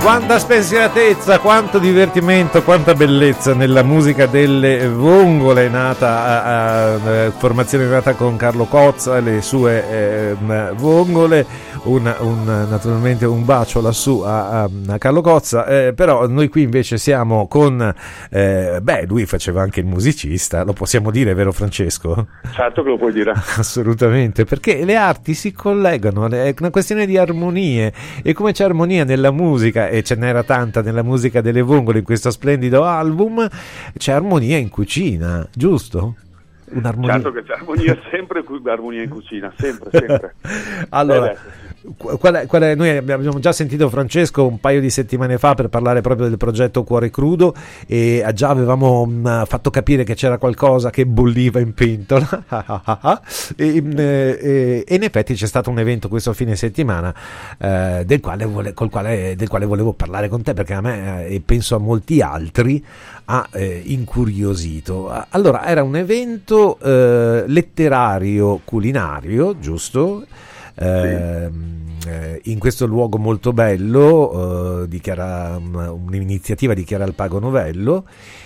Quanta spensieratezza, quanto divertimento, quanta bellezza nella musica delle Vongole, formazione nata con Carlo Cozza e le sue Vongole. Naturalmente un bacio lassù a Carlo Cozza, però noi qui invece siamo con lui faceva anche il musicista, lo possiamo dire, vero Francesco? Certo che lo puoi dire. Assolutamente, perché le arti si collegano, è una questione di armonie, e come c'è armonia nella musica, e ce n'era tanta nella musica delle Vongole in questo splendido album, c'è armonia in cucina, giusto? Un'armonia. Certo che c'è armonia, sempre armonia in cucina, sempre. Allora, noi abbiamo già sentito Francesco un paio di settimane fa per parlare proprio del progetto Cuore Crudo, e già avevamo fatto capire che c'era qualcosa che bolliva in pentola e in effetti c'è stato un evento questo fine settimana del quale volevo parlare con te, perché a me e penso a molti altri ha incuriosito. Allora, era un evento letterario culinario, giusto? In questo luogo molto bello, un'iniziativa di Chiara Alpago Novello,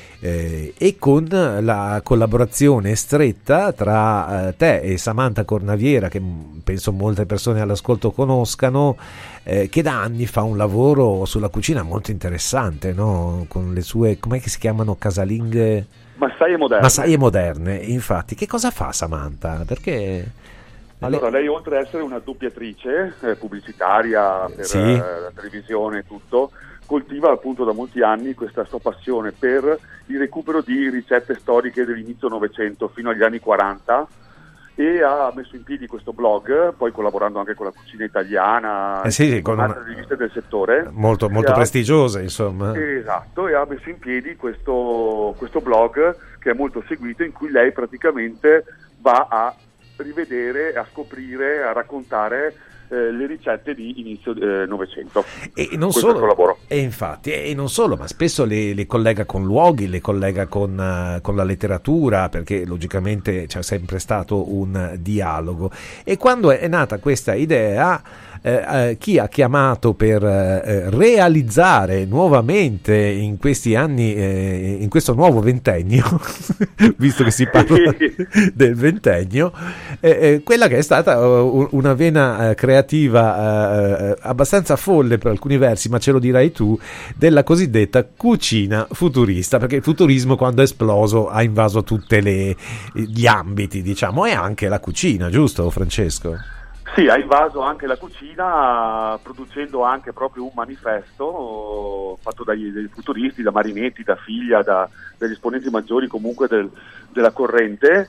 e con la collaborazione stretta tra te e Samantha Cornaviera, che penso molte persone all'ascolto conoscano, che da anni fa un lavoro sulla cucina molto interessante, no? Con le sue, com'è che si chiamano, casalinghe? Massaie moderne. Infatti, che cosa fa Samantha? Perché allora, lei, oltre ad essere una doppiatrice pubblicitaria per la televisione e tutto, coltiva appunto da molti anni questa sua passione per il recupero di ricette storiche dell'inizio Novecento fino agli anni 40, e ha messo in piedi questo blog, poi collaborando anche con la cucina italiana, con altre riviste del settore molto prestigiose, insomma. Esatto, e ha messo in piedi questo blog che è molto seguito, in cui lei praticamente va a rivedere, a scoprire, a raccontare le ricette di inizio Novecento. E non solo, e infatti, e non solo, ma spesso le collega con luoghi, le collega con la letteratura, perché logicamente c'è sempre stato un dialogo. E quando è nata questa idea, chi ha chiamato per realizzare nuovamente in questi anni, in questo nuovo ventennio, visto che si parla del ventennio, quella che è stata una vena creativa abbastanza folle per alcuni versi, ma ce lo dirai tu, della cosiddetta cucina futurista, perché il futurismo, quando è esploso, ha invaso tutti gli ambiti, diciamo, e anche la cucina, giusto Francesco? Sì, ha invaso anche la cucina, producendo anche proprio un manifesto fatto dai futuristi, da Marinetti, da Figlia, dagli esponenti maggiori comunque della corrente,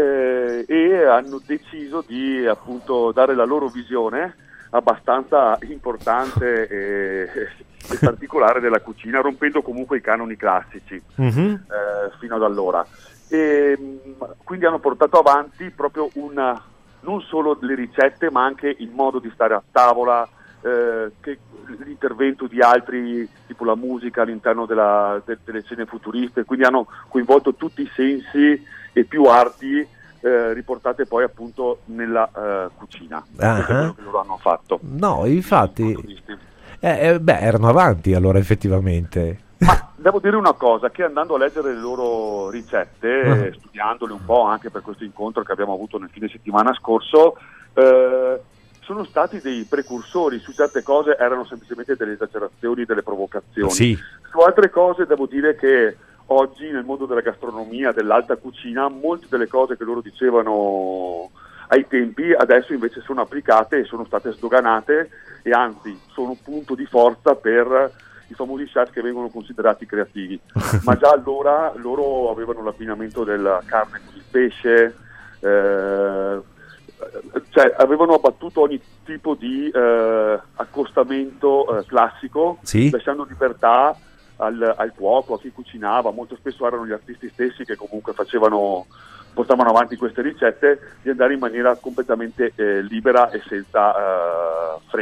e hanno deciso di appunto dare la loro visione abbastanza importante e particolare della cucina, rompendo comunque i canoni classici fino ad allora. E quindi hanno portato avanti proprio non solo le ricette, ma anche il modo di stare a tavola, l'intervento di altri, tipo la musica all'interno delle scene futuriste, quindi hanno coinvolto tutti i sensi e più arti riportate poi appunto nella cucina. Questo è quello che loro hanno fatto. No, infatti erano avanti allora, effettivamente. Ma devo dire una cosa, che andando a leggere le loro ricette, studiandole un po' anche per questo incontro che abbiamo avuto nel fine settimana scorso, sono stati dei precursori. Su certe cose erano semplicemente delle esagerazioni, delle provocazioni. Sì. Su altre cose devo dire che oggi nel mondo della gastronomia, dell'alta cucina, molte delle cose che loro dicevano ai tempi adesso invece sono applicate e sono state sdoganate, e anzi sono un punto di forza per i famosi chef che vengono considerati creativi. Ma già allora loro avevano l'abbinamento della carne con il pesce, cioè avevano abbattuto ogni tipo di accostamento classico, lasciando libertà al cuoco, a chi cucinava. Molto spesso erano gli artisti stessi che comunque portavano avanti queste ricette, di andare in maniera completamente libera e senza freni.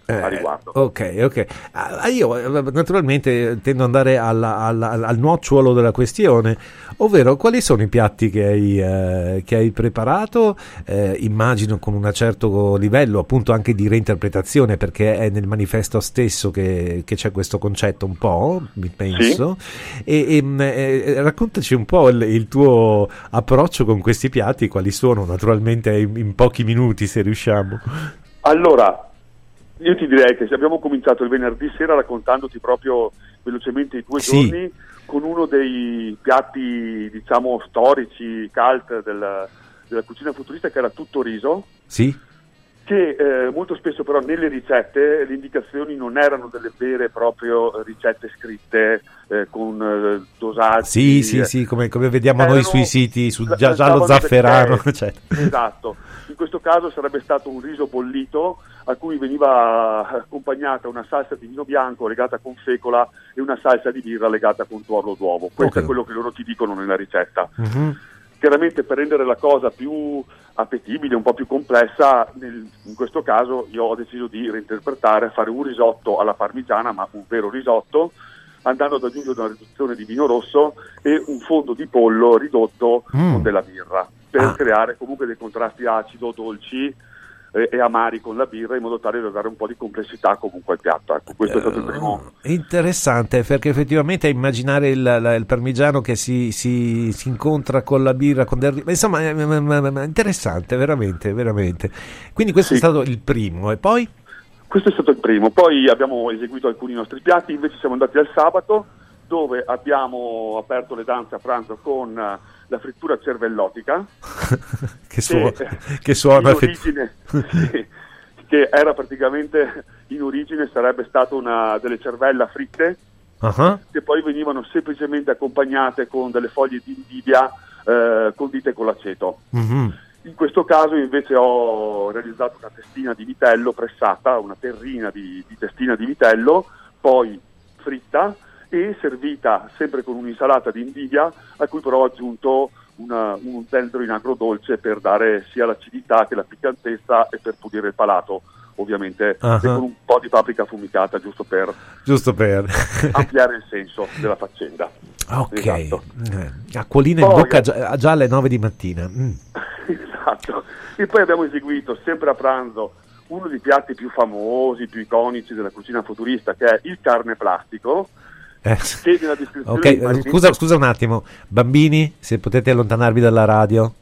a riguardo. Ok. Io naturalmente tendo ad andare al nocciolo della questione, ovvero quali sono i piatti che hai preparato, immagino con un certo livello appunto anche di reinterpretazione, perché è nel manifesto stesso che c'è questo concetto un po', mi penso, sì. e raccontaci un po' il tuo approccio con questi piatti, quali sono, naturalmente in pochi minuti se riusciamo. Allora, io ti direi che abbiamo cominciato il venerdì sera raccontandoti proprio velocemente i 2 giorni con uno dei piatti, diciamo, storici, cult della cucina futurista, che era tutto riso. Sì. Che molto spesso però nelle ricette le indicazioni non erano delle vere e proprie ricette scritte con dosaggi. Sì, come vediamo noi sui siti, su giallo zafferano. Cioè. Esatto. In questo caso sarebbe stato un riso bollito a cui veniva accompagnata una salsa di vino bianco legata con fecola e una salsa di birra legata con tuorlo d'uovo. Questo è quello che loro ti dicono nella ricetta. Uh-huh. Chiaramente, per rendere la cosa più appetibile, un po' più complessa, in questo caso io ho deciso di reinterpretare, fare un risotto alla parmigiana, ma un vero risotto, andando ad aggiungere una riduzione di vino rosso e un fondo di pollo ridotto con della birra, per creare comunque dei contrasti acido, dolci e amari con la birra, in modo tale da dare un po' di complessità comunque al piatto. Ecco, questo è stato il primo. Interessante, perché effettivamente immaginare il parmigiano che si incontra con la birra, insomma è interessante, veramente. Quindi questo è stato il primo, e poi? Questo è stato il primo, poi abbiamo eseguito alcuni nostri piatti, invece siamo andati al sabato, dove abbiamo aperto le danze a pranzo con la frittura cervellotica che suona in origine, che era praticamente in origine sarebbe stata una delle cervella fritte, che poi venivano semplicemente accompagnate con delle foglie di indibia condite con l'aceto. In questo caso invece ho realizzato una testina di vitello pressata, una terrina di testina di vitello, poi fritta e servita sempre con un'insalata di indibia, a cui però ho aggiunto un dendro in agrodolce per dare sia l'acidità che la piccantezza e per pulire il palato, ovviamente, e con un po' di paprika affumicata, giusto per ampliare il senso della faccenda. Ok, esatto. Acquolina in bocca già alle 9 di mattina. Esatto. E poi abbiamo eseguito sempre a pranzo uno dei piatti più famosi, più iconici della cucina futurista, che è il carne plastico. Che nella descrizione scusa un attimo, bambini, se potete allontanarvi dalla radio.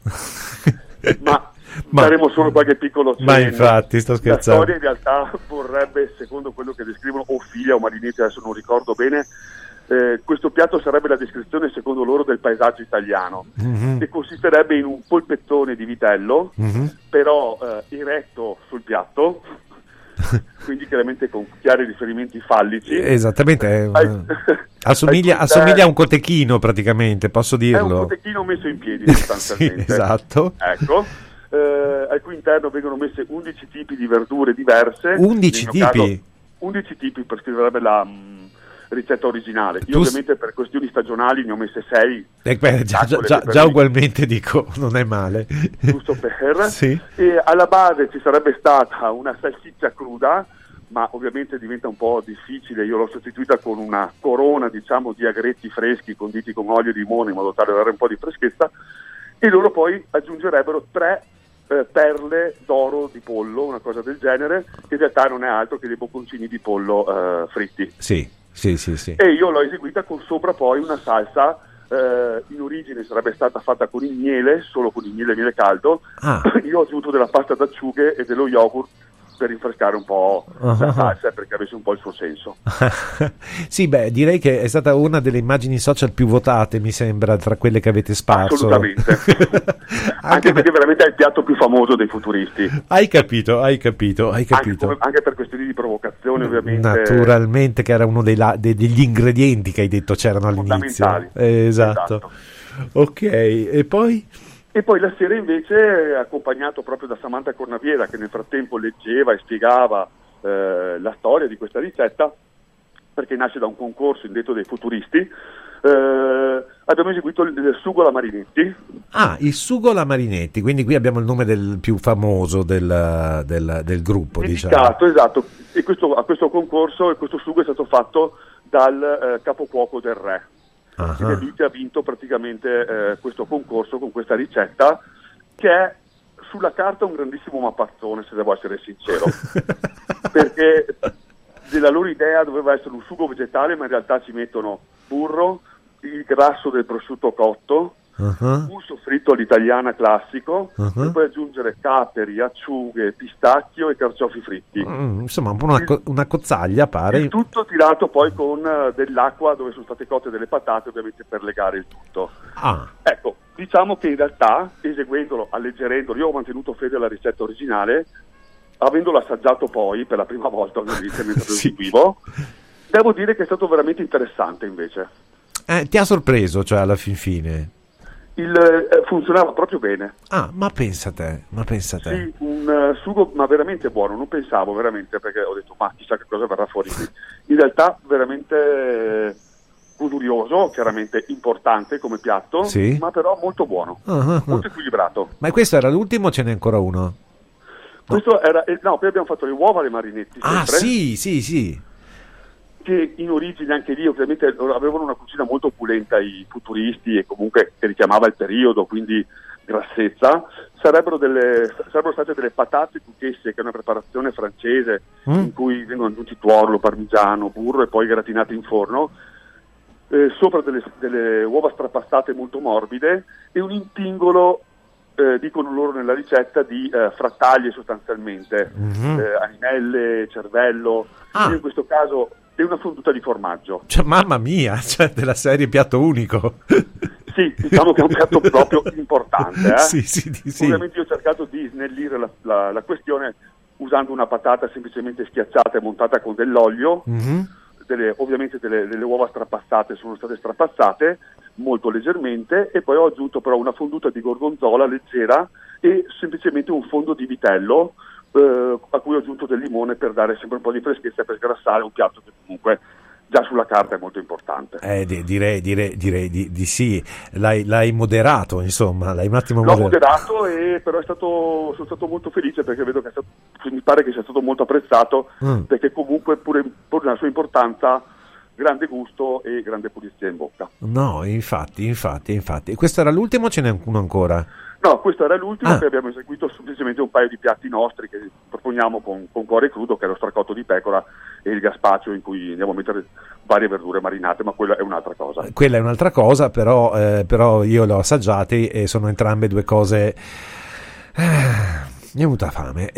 ma faremo solo qualche piccolo cenno. Ma infatti, sto scherzando. La storia in realtà vorrebbe, secondo quello che descrivono o figlia o marinetti, adesso non ricordo bene, questo piatto sarebbe la descrizione secondo loro del paesaggio italiano, e consisterebbe in un polpettone di vitello, però eretto sul piatto, quindi chiaramente con chiari riferimenti fallici. Esattamente, assomiglia a un cotechino praticamente, posso dirlo. È un cotechino messo in piedi sostanzialmente. Sì, esatto. Ecco, al cui interno vengono messe 11 tipi di verdure diverse. 11 tipi? Caso, 11 tipi per scriverebbe la ricetta originale. Io ovviamente per questioni stagionali ne ho messe 6. Già ugualmente dico, non è male. Giusto per. Sì. E alla base ci sarebbe stata una salsiccia cruda, ma ovviamente diventa un po' difficile. Io l'ho sostituita con una corona, diciamo, di agretti freschi conditi con olio di limone, in modo tale da dare un po' di freschezza, e loro poi aggiungerebbero 3 perle d'oro di pollo, una cosa del genere, che in realtà non è altro che dei bocconcini di pollo fritti. Sì. E io l'ho eseguita con sopra poi una salsa, in origine sarebbe stata fatta con il miele, solo con il miele caldo. Io ho aggiunto della pasta d'acciughe e dello yogurt per rinfrescare un po' la salsa, perché avesse un po' il suo senso. Sì, direi che è stata una delle immagini social più votate, mi sembra, tra quelle che avete sparso. Assolutamente. Anche perché veramente è il piatto più famoso dei futuristi. Hai capito. Anche per questioni di provocazione, ovviamente. Naturalmente, che era uno degli ingredienti che hai detto c'erano all'inizio. Fondamentali. Esatto. Ok, e poi? E poi la sera invece, accompagnato proprio da Samantha Cornaviera, che nel frattempo leggeva e spiegava la storia di questa ricetta, perché nasce da un concorso indetto dai futuristi, abbiamo eseguito il sugo alla Marinetti. Ah, il sugo alla Marinetti, quindi qui abbiamo il nome del più famoso del gruppo, diciamo. Esatto, e a questo concorso, e questo sugo è stato fatto dal capocuoco del re. Uh-huh. Che ha vinto praticamente questo concorso con questa ricetta, che è sulla carta un grandissimo mappazzone, se devo essere sincero, perché della loro idea doveva essere un sugo vegetale, ma in realtà ci mettono burro, il grasso del prosciutto cotto, un soffritto all'italiana classico, e poi aggiungere caperi, acciughe, pistacchio e carciofi fritti. Insomma, un po' una cozzaglia, pare. Il tutto tirato poi con dell'acqua dove sono state cotte delle patate, ovviamente per legare il tutto. Ecco, diciamo che in realtà, eseguendolo, alleggerendolo, io ho mantenuto fede alla ricetta originale, avendolo assaggiato poi per la prima volta, ovviamente, mentre lo eseguivo, devo dire che è stato veramente interessante invece. Ti ha sorpreso, cioè, alla fine? Funzionava proprio bene. Ma pensa te. Sì, un sugo ma veramente buono, non pensavo veramente, perché ho detto ma chissà che cosa verrà fuori qui. In realtà veramente godurioso, chiaramente importante come piatto, sì, ma però molto buono, molto equilibrato. Ma questo era l'ultimo o ce n'è ancora uno? Questo era, poi abbiamo fatto le uova alle Marinetti. Sì. Che in origine anche lì ovviamente avevano una cucina molto opulenta i futuristi, e comunque che richiamava il periodo, quindi grassezza. Sarebbero state delle patate duchesse, che è una preparazione francese in cui vengono aggiunti tuorlo, parmigiano, burro e poi gratinate in forno, sopra delle uova strapassate molto morbide e un intingolo, dicono loro nella ricetta, di frattaglie sostanzialmente, animelle, cervello, in questo caso è una fonduta di formaggio. Cioè, mamma mia, della serie piatto unico. Sì, diciamo che è un piatto proprio importante. Sì. Ovviamente io ho cercato di snellire la questione usando una patata semplicemente schiacciata e montata con dell'olio. Ovviamente delle uova strapazzate sono state strapazzate molto leggermente, e poi ho aggiunto però una fonduta di gorgonzola leggera e semplicemente un fondo di vitello, a cui ho aggiunto del limone per dare sempre un po' di freschezza e per sgrassare un piatto che comunque già sulla carta è molto importante. Direi di sì. L'hai moderato, insomma, l'hai un attimo moderato, e però sono stato molto felice, perché vedo che mi pare che sia stato molto apprezzato, perché comunque pur nella sua importanza, grande gusto e grande pulizia in bocca. No, infatti. E questo era l'ultimo o ce n'è uno ancora? No, questo era l'ultimo, che abbiamo eseguito semplicemente un paio di piatti nostri che proponiamo con cuore crudo, che è lo stracotto di pecora e il gazpacho, in cui andiamo a mettere varie verdure marinate, ma quella è un'altra cosa. Quella è un'altra cosa, però io le ho assaggiate e sono entrambe due cose... Mi è venuta fame,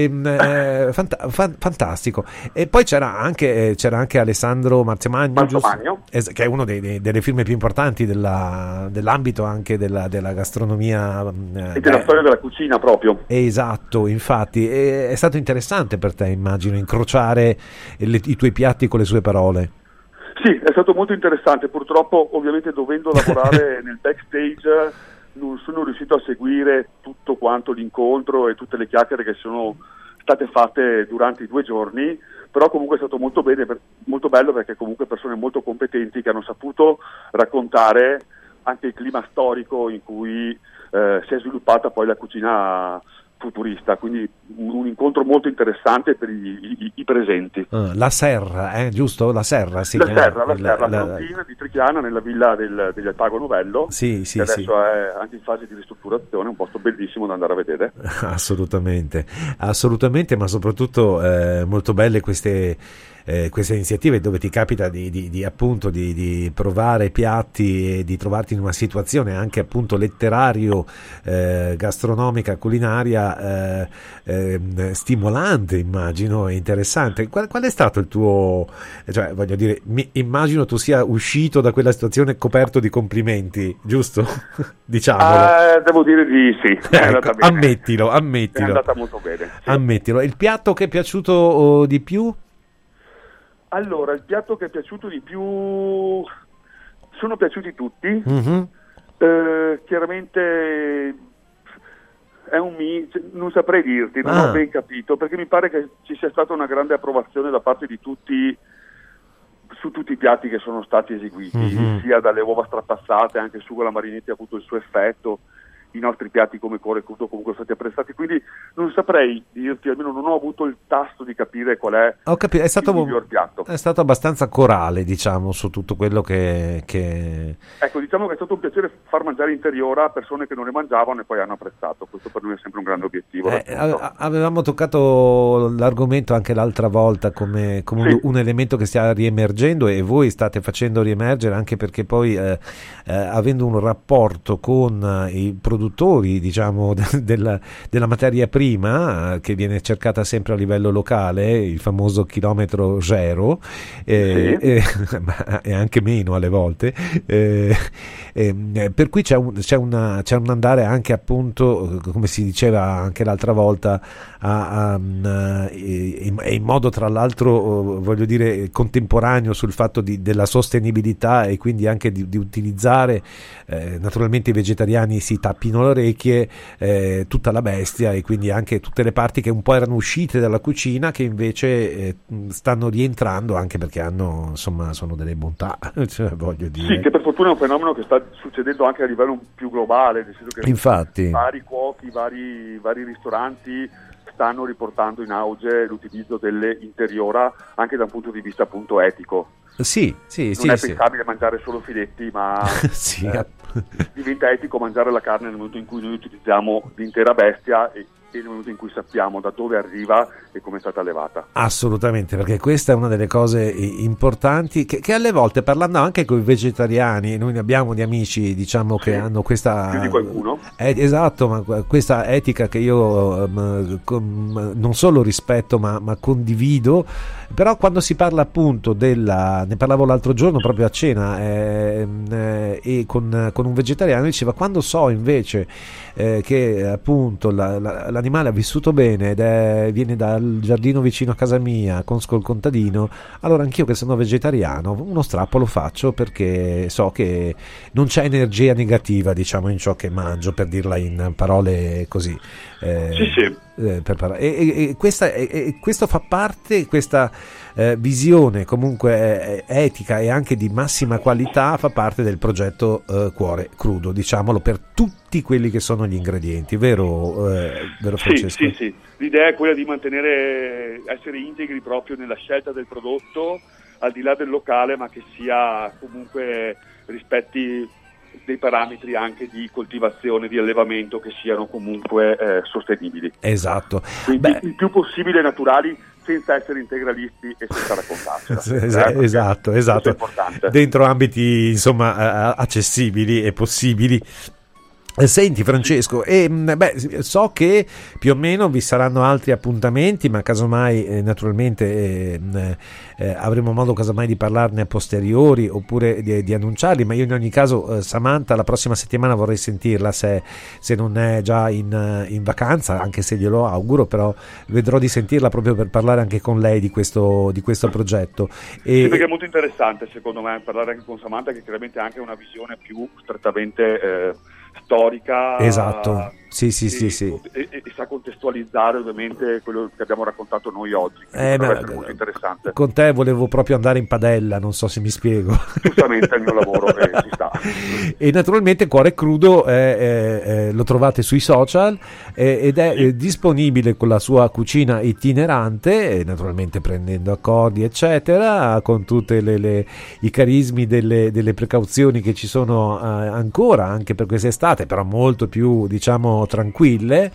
fantastico. E poi c'era anche Alessandro Marzemagno, che è uno delle firme più importanti dell'ambito anche della gastronomia e della storia della cucina proprio. Esatto, infatti è stato interessante per te, immagino, incrociare i tuoi piatti con le sue parole. Sì, è stato molto interessante. Purtroppo, ovviamente, dovendo lavorare nel backstage, non sono riuscito a seguire tutto quanto l'incontro e tutte le chiacchiere che sono state fatte durante i 2 giorni, però comunque è stato molto bello, perché comunque persone molto competenti che hanno saputo raccontare anche il clima storico in cui si è sviluppata poi la cucina futurista, quindi un incontro molto interessante per i presenti. La Serra, giusto? La Serra, la frontina di Trichiana, nella villa degli Alpago Novello, che adesso è anche in fase di ristrutturazione, un posto bellissimo da andare a vedere. Assolutamente, ma soprattutto molto belle queste iniziative dove ti capita di provare piatti e di trovarti in una situazione anche appunto letterario, gastronomica, culinaria, stimolante, immagino, e interessante. Qual è stato il tuo, cioè, voglio dire, immagino tu sia uscito da quella situazione coperto di complimenti, giusto? Diciamolo. Devo dire di sì, è andata bene. Ammettilo. È andata molto bene, sì. Ammettilo. Il piatto che è piaciuto di più? Allora, il piatto che è piaciuto di più, sono piaciuti tutti. Chiaramente è non saprei dirti, non ho ben capito, perché mi pare che ci sia stata una grande approvazione da parte di tutti su tutti i piatti che sono stati eseguiti, sia dalle uova strapazzate, anche il sugo alla Marinetti ha avuto il suo effetto, i nostri piatti come cuore crudo comunque sono stati apprezzati, quindi non saprei dirti, almeno non ho avuto il tasto di capire qual è il miglior piatto. È stato abbastanza corale, diciamo, su tutto quello che... Ecco, diciamo che è stato un piacere far mangiare interiora a persone che non ne mangiavano e poi hanno apprezzato. Questo per noi è sempre un grande obiettivo. Avevamo toccato l'argomento anche l'altra volta come sì, un elemento che sta riemergendo, e voi state facendo riemergere, anche perché poi avendo un rapporto con i produttori, diciamo, della materia prima, che viene cercata sempre a livello locale, il famoso chilometro zero, e anche meno alle volte, per cui c'è un andare anche, appunto, come si diceva anche l'altra volta, in modo tra l'altro, voglio dire, contemporaneo, sul fatto della sostenibilità, e quindi anche di utilizzare, naturalmente i vegetariani si tappino le orecchie, tutta la bestia, e quindi anche tutte le parti che un po' erano uscite dalla cucina, che invece stanno rientrando, anche perché hanno, insomma, sono delle bontà, cioè, voglio dire. Sì, che per fortuna è un fenomeno che sta succedendo anche a livello più globale, nel senso che infatti vari cuochi, vari ristoranti stanno riportando in auge l'utilizzo delle interiora, anche da un punto di vista, appunto, etico. Sì, non è pensabile mangiare solo filetti, ma sì, diventa etico mangiare la carne nel momento in cui noi utilizziamo l'intera bestia e nel momento in cui sappiamo da dove arriva e come è stata allevata. Assolutamente, perché questa è una delle cose importanti che alle volte, parlando anche con i vegetariani, noi ne abbiamo di amici, diciamo, che hanno questa, più di qualcuno, esatto, ma questa etica che io non solo rispetto ma condivido. Però quando si parla, appunto, ne parlavo l'altro giorno proprio a cena, e con un vegetariano, diceva: quando so invece che, appunto, l'animale ha vissuto bene ed viene dal giardino vicino a casa mia, conosco il contadino, allora anch'io, che sono vegetariano, uno strappo lo faccio, perché so che non c'è energia negativa, diciamo, in ciò che mangio, per dirla in parole così. Sì. E questo fa parte, questa visione comunque etica e anche di massima qualità, fa parte del progetto Cuore Crudo, diciamolo, per tutti quelli che sono gli ingredienti, vero Francesco? Sì. L'idea è quella di essere integri proprio nella scelta del prodotto, al di là del locale, ma che sia comunque rispetti dei parametri anche di coltivazione, di allevamento, che siano comunque sostenibili. Esatto. Quindi il più possibile naturali, senza essere integralisti e senza raccontarcela. Esatto. Questo è importante. Dentro ambiti, insomma, accessibili e possibili. Senti Francesco, so che più o meno vi saranno altri appuntamenti, ma casomai naturalmente avremo modo casomai di parlarne a posteriori, oppure di annunciarli, ma io in ogni caso Samantha la prossima settimana vorrei sentirla, se non è già in vacanza, anche se glielo auguro, però vedrò di sentirla proprio per parlare anche con lei di questo progetto. Sì, perché è molto interessante, secondo me, parlare anche con Samantha, che chiaramente ha anche una visione più strettamente storica, esatto, sì. E sa contestualizzare ovviamente quello che abbiamo raccontato noi oggi, potrebbe essere molto interessante. Con te volevo proprio andare in padella, non so se mi spiego. Giustamente, è il mio lavoro, ci sta. E naturalmente Cuore Crudo lo trovate sui social, ed è disponibile con la sua cucina itinerante, naturalmente prendendo accordi eccetera, con tutte i carismi delle precauzioni che ci sono ancora anche per quest'estate, però molto più, diciamo, tranquille.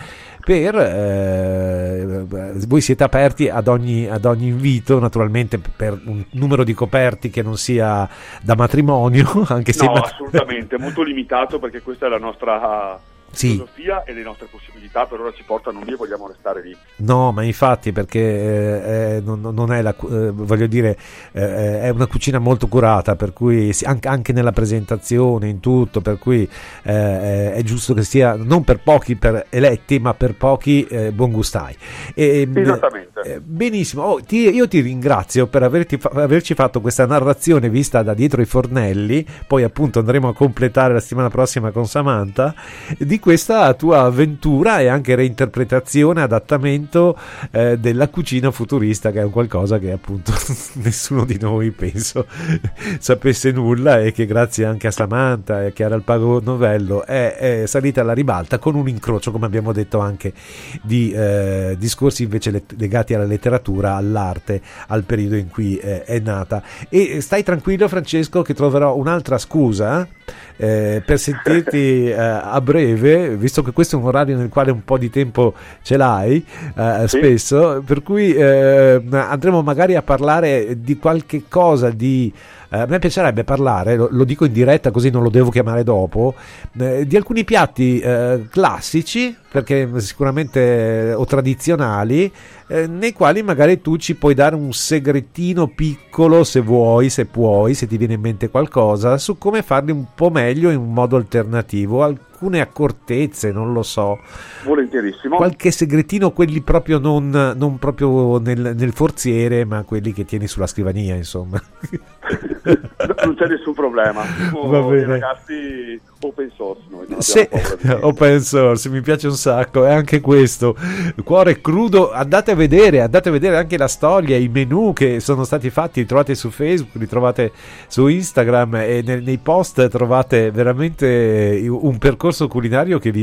Voi siete aperti ad ogni invito, naturalmente, per un numero di coperti che non sia da matrimonio, anche se assolutamente molto limitato, perché questa è la nostra filosofia e le nostre possibilità per ora ci portano lì e vogliamo restare lì. No, ma infatti, perché non è voglio dire, è una cucina molto curata, per cui anche nella presentazione, in tutto, per cui è giusto che sia non per pochi per eletti, ma per pochi buon gustai. Esattamente. Benissimo. Io ti ringrazio per averci fatto questa narrazione vista da dietro i fornelli, poi appunto andremo a completare la settimana prossima con Samantha, di di questa tua avventura e anche reinterpretazione, adattamento della cucina futurista, che è un qualcosa che appunto nessuno di noi penso sapesse nulla, e che grazie anche a Samantha e Chiara Alpago Novello è salita alla ribalta, con un incrocio, come abbiamo detto, anche di discorsi invece legati alla letteratura, all'arte, al periodo in cui è nata. E stai tranquillo, Francesco, che troverò un'altra scusa per sentirti a breve, visto che questo è un orario nel quale un po' di tempo ce l'hai spesso, per cui andremo magari a parlare di qualche cosa di... a me piacerebbe parlare, lo dico in diretta così non lo devo chiamare dopo, di alcuni piatti classici, perché sicuramente o tradizionali, nei quali magari tu ci puoi dare un segretino piccolo, se vuoi, se puoi, se ti viene in mente qualcosa, su come farli un po' meglio in un modo alternativo, alcune accortezze, non lo so. Volentierissimo. Qualche segretino, quelli proprio non proprio nel forziere, ma quelli che tieni sulla scrivania, insomma. Non c'è nessun problema. Va bene. Ragazzi, open source noi. Open source, mi piace un sacco. E anche questo, Cuore Crudo, andate a vedere anche la storia, i menù che sono stati fatti, li trovate su Facebook, li trovate su Instagram, e nei post trovate veramente un percorso culinario che vi...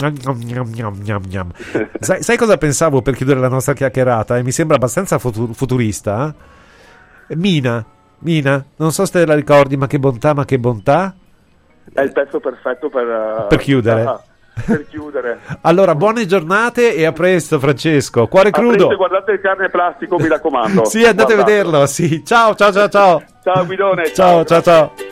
Sai cosa pensavo per chiudere la nostra chiacchierata? E mi sembra abbastanza futurista. Mina, non so se te la ricordi, ma che bontà. È il pezzo perfetto per chiudere. Per chiudere. Allora, buone giornate e a presto, Francesco. Cuore Crudo. Guardate il Carne Plastico, mi raccomando. Sì, andate a vederlo. Sì. Ciao. Ciao Guidone. Ciao.